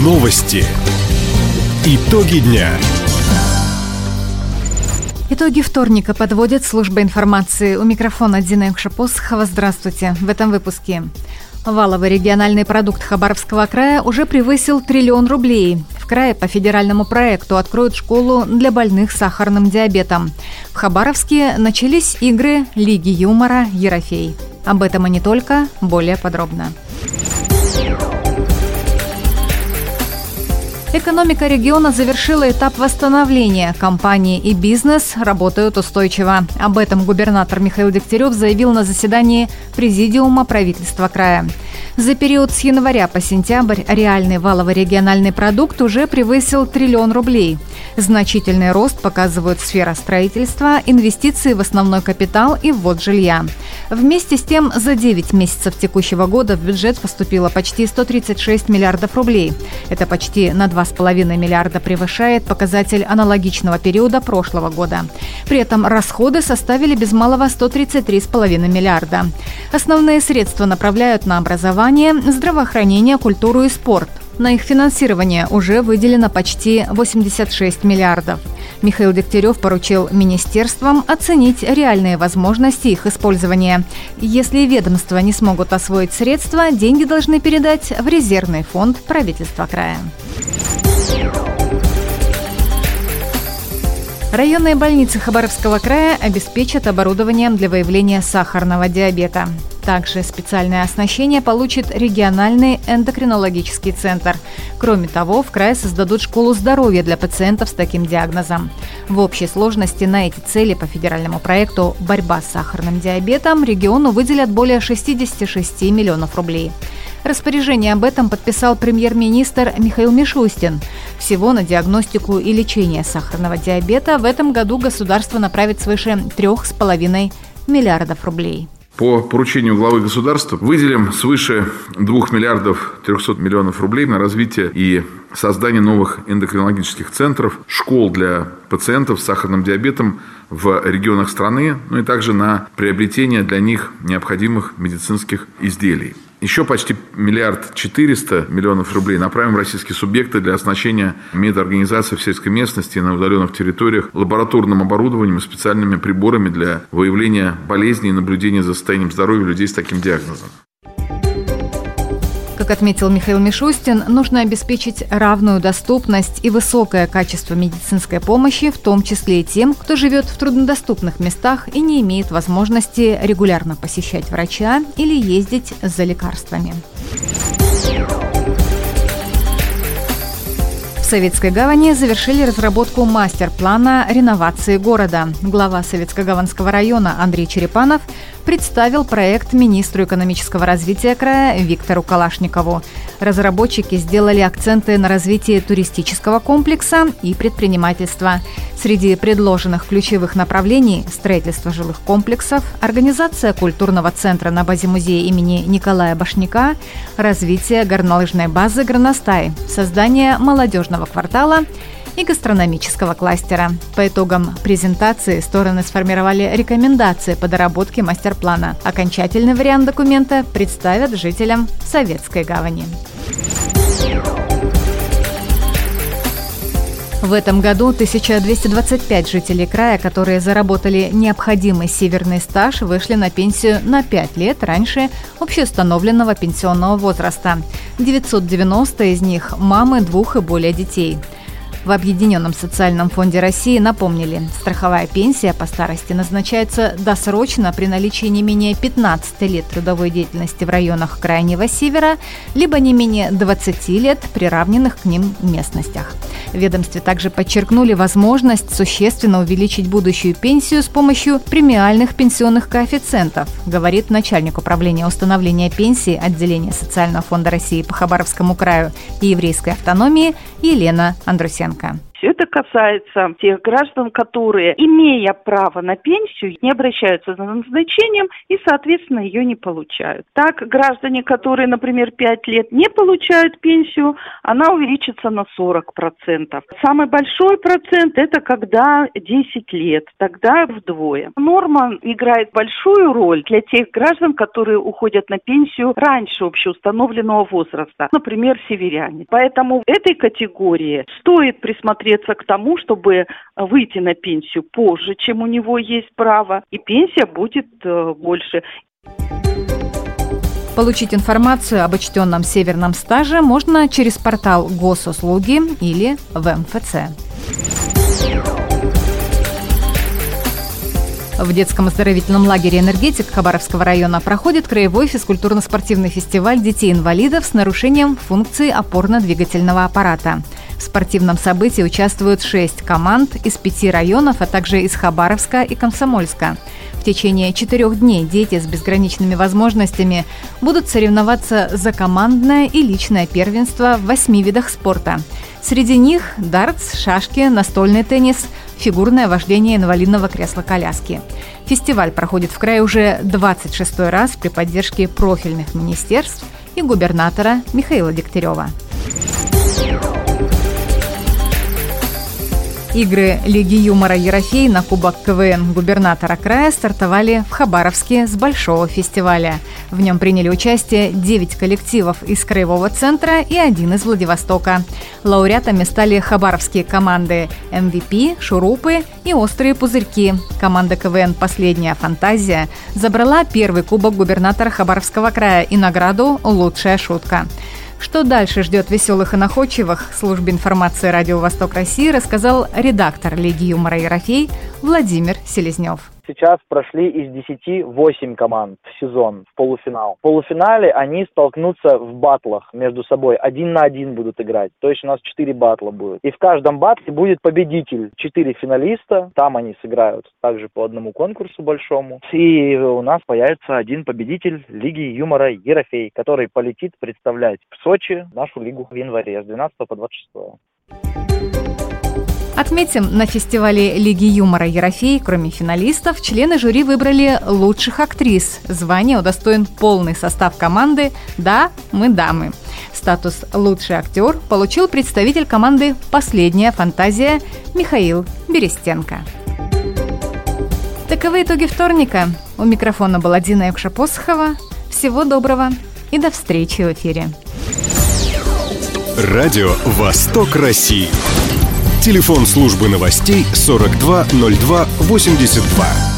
Новости. Итоги дня. Итоги вторника подводит служба информации. У микрофона Дина Юкшапосхова. Здравствуйте. В этом выпуске. Валовый региональный продукт Хабаровского края уже превысил 1 триллион рублей. В крае по федеральному проекту откроют школу для больных сахарным диабетом. В Хабаровске начались игры Лиги юмора «Ерофей». Об этом и не только, более подробно. Экономика региона завершила этап восстановления. Компании и бизнес работают устойчиво. Об этом губернатор Михаил Дегтярев заявил на заседании Президиума правительства края. За период с января по сентябрь реальный валовый региональный продукт уже превысил 1 триллион рублей. Значительный рост показывают сфера строительства, инвестиции в основной капитал и ввод жилья. Вместе с тем, за 9 месяцев текущего года в бюджет поступило почти 136 миллиардов рублей. Это почти на 2,5 миллиарда превышает показатель аналогичного периода прошлого года. При этом расходы составили без малого 133,5 миллиарда. Основные средства направляют на образование, здравоохранение, культуру и спорт. На их финансирование уже выделено почти 86 миллиардов. Михаил Дегтярев поручил министерствам оценить реальные возможности их использования. Если ведомства не смогут освоить средства, деньги должны передать в резервный фонд правительства края. Районные больницы Хабаровского края обеспечат оборудованием для выявления сахарного диабета. Также специальное оснащение получит региональный эндокринологический центр. Кроме того, в крае создадут школу здоровья для пациентов с таким диагнозом. В общей сложности на эти цели по федеральному проекту «Борьба с сахарным диабетом» региону выделят более 66 миллионов рублей. Распоряжение об этом подписал премьер-министр Михаил Мишустин. Всего на диагностику и лечение сахарного диабета в этом году государство направит свыше 3,5 миллиардов рублей. По поручению главы государства выделим свыше 2 миллиардов 300 миллионов рублей на развитие и создание новых эндокринологических центров, школ для пациентов с сахарным диабетом в регионах страны, ну и также на приобретение для них необходимых медицинских изделий. Еще почти 1,4 миллиарда рублей направим в российские субъекты для оснащения медорганизаций в сельской местности и на удаленных территориях лабораторным оборудованием и специальными приборами для выявления болезней и наблюдения за состоянием здоровья людей с таким диагнозом. Как отметил Михаил Мишустин, нужно обеспечить равную доступность и высокое качество медицинской помощи, в том числе и тем, кто живет в труднодоступных местах и не имеет возможности регулярно посещать врача или ездить за лекарствами. В Советской Гавани завершили разработку мастер-плана реновации города. Глава Советско-Гаванского района Андрей Черепанов представил проект министру экономического развития края Виктору Калашникову. Разработчики сделали акценты на развитии туристического комплекса и предпринимательства. Среди предложенных ключевых направлений – строительство жилых комплексов, организация культурного центра на базе музея имени Николая Башняка, развитие горнолыжной базы «Горностай», создание молодежного квартала и гастрономического кластера. По итогам презентации стороны сформировали рекомендации по доработке мастер-плана. Окончательный вариант документа представят жителям Советской Гавани. В этом году 1225 жителей края, которые заработали необходимый северный стаж, вышли на пенсию на 5 лет раньше общеустановленного пенсионного возраста. 990 из них – мамы 2 и более детей. В Объединенном социальном фонде России напомнили, страховая пенсия по старости назначается досрочно при наличии не менее 15 лет трудовой деятельности в районах Крайнего Севера, либо не менее 20 лет при равненных к ним местностях. В ведомстве также подчеркнули возможность существенно увеличить будущую пенсию с помощью премиальных пенсионных коэффициентов, говорит начальник управления установления пенсии отделения Социального фонда России по Хабаровскому краю и еврейской автономии Елена Андрусенко. пенсию. Это касается тех граждан, которые, имея право на пенсию, не обращаются за назначением и, соответственно, ее не получают. Так, граждане, которые, например, 5 лет не получают пенсию, она увеличится на 40%. Самый большой процент – это когда 10 лет, тогда вдвое. Норма играет большую роль для тех граждан, которые уходят на пенсию раньше общеустановленного возраста, например, северяне. Поэтому в этой категории стоит присмотреться к тому, чтобы выйти на пенсию позже, чем у него есть право, и пенсия будет больше. Получить информацию об учтенном северном стаже можно через портал Госуслуги или в МФЦ. В детском оздоровительном лагере «Энергетик» Хабаровского района проходит краевой физкультурно-спортивный фестиваль детей-инвалидов с нарушением функции опорно-двигательного аппарата. В спортивном событии участвуют 6 команд из 5 районов, а также из Хабаровска и Комсомольска. В течение 4 дней дети с безграничными возможностями будут соревноваться за командное и личное первенство в 8 видах спорта. Среди них дартс, шашки, настольный теннис, фигурное вождение инвалидного кресла-коляски. Фестиваль проходит в крае уже 26-й раз при поддержке профильных министерств и губернатора Михаила Дегтярева. Игры Лиги юмора «Ерофей» на Кубок КВН губернатора края стартовали в Хабаровске с большого фестиваля. В нем приняли участие 9 коллективов из Краевого центра и 1 из Владивостока. Лауреатами стали хабаровские команды MVP, Шурупы и Острые пузырьки. Команда КВН «Последняя фантазия» забрала первый кубок губернатора Хабаровского края и награду «Лучшая шутка». Что дальше ждет веселых и находчивых, службе информации «Радио Восток России» рассказал редактор Лиги юмора «Ерофей» Владимир Селезнев. Сейчас прошли из 10 8 команд в сезон, в полуфинал. В полуфинале они столкнутся в баттлах между собой. 1 на 1 будут играть. То есть у нас 4 баттла будет. И в каждом баттле будет победитель. 4 финалиста. Там они сыграют также по одному конкурсу большому. И у нас появится 1 победитель Лиги юмора «Ерофей», который полетит представлять в Сочи нашу лигу в январе с 12 по 26. Отметим, на фестивале Лиги юмора «Ерофей», кроме финалистов, члены жюри выбрали лучших актрис. Звание удостоен полный состав команды «Да, мы дамы». Статус «Лучший актер» получил представитель команды «Последняя фантазия» Михаил Берестенко. Таковы итоги вторника. У микрофона была Дина Евкша-Посохова. Всего доброго и до встречи в эфире. Радио «Восток России». Телефон службы новостей 420282.